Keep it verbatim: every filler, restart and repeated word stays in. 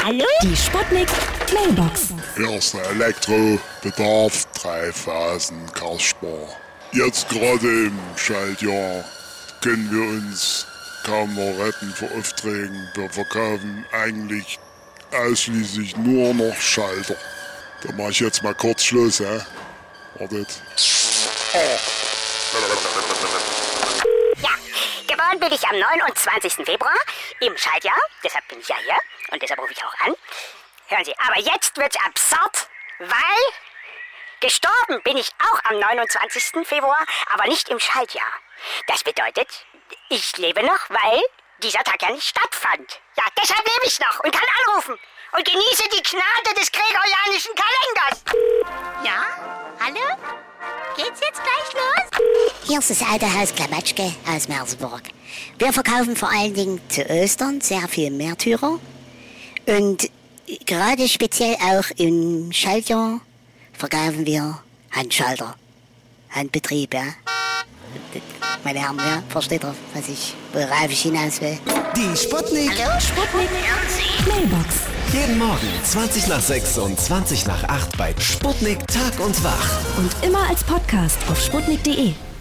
Hallo? Die Sputnik Mailbox. Erster Elektrobedarf, drei Phasen, Karlspar. Jetzt gerade im Schaltjahr können wir uns kaum noch retten vor Aufträgen. Wir verkaufen eigentlich ausschließlich nur noch Schalter. Da mache ich jetzt mal kurz Schluss, hä? Wartet. Ja, geboren bin ich am neunundzwanzigsten Februar im Schaltjahr. Deshalb bin ich ja hier und deshalb rufe ich auch an. Hören Sie, aber jetzt wird's absurd, weil gestorben bin ich auch am neunundzwanzigsten Februar, aber nicht im Schaltjahr. Das bedeutet, ich lebe noch, weil dieser Tag ja nicht stattfand. Ja, deshalb lebe ich noch und kann anrufen und genieße die Gnade des gregorianischen Kalenders. Ja? Hallo? Geht's jetzt gleich los? Hier ist das alte Haus Klamatschke aus Merseburg. Wir verkaufen vor allen Dingen zu Ostern sehr viel Märtyrer. Und gerade speziell auch im Schaltjahr verkaufen wir Handschalter. Handbetrieb, ja. Meine Herren, ja, versteht ihr, was ich, worauf ich hinaus will? Die Sputnik. Hallo, Sputnik. Mailbox. Jeden Morgen zwanzig nach sechs und zwanzig nach acht bei Sputnik Tag und Wach. Und immer als Podcast auf sputnik punkt de.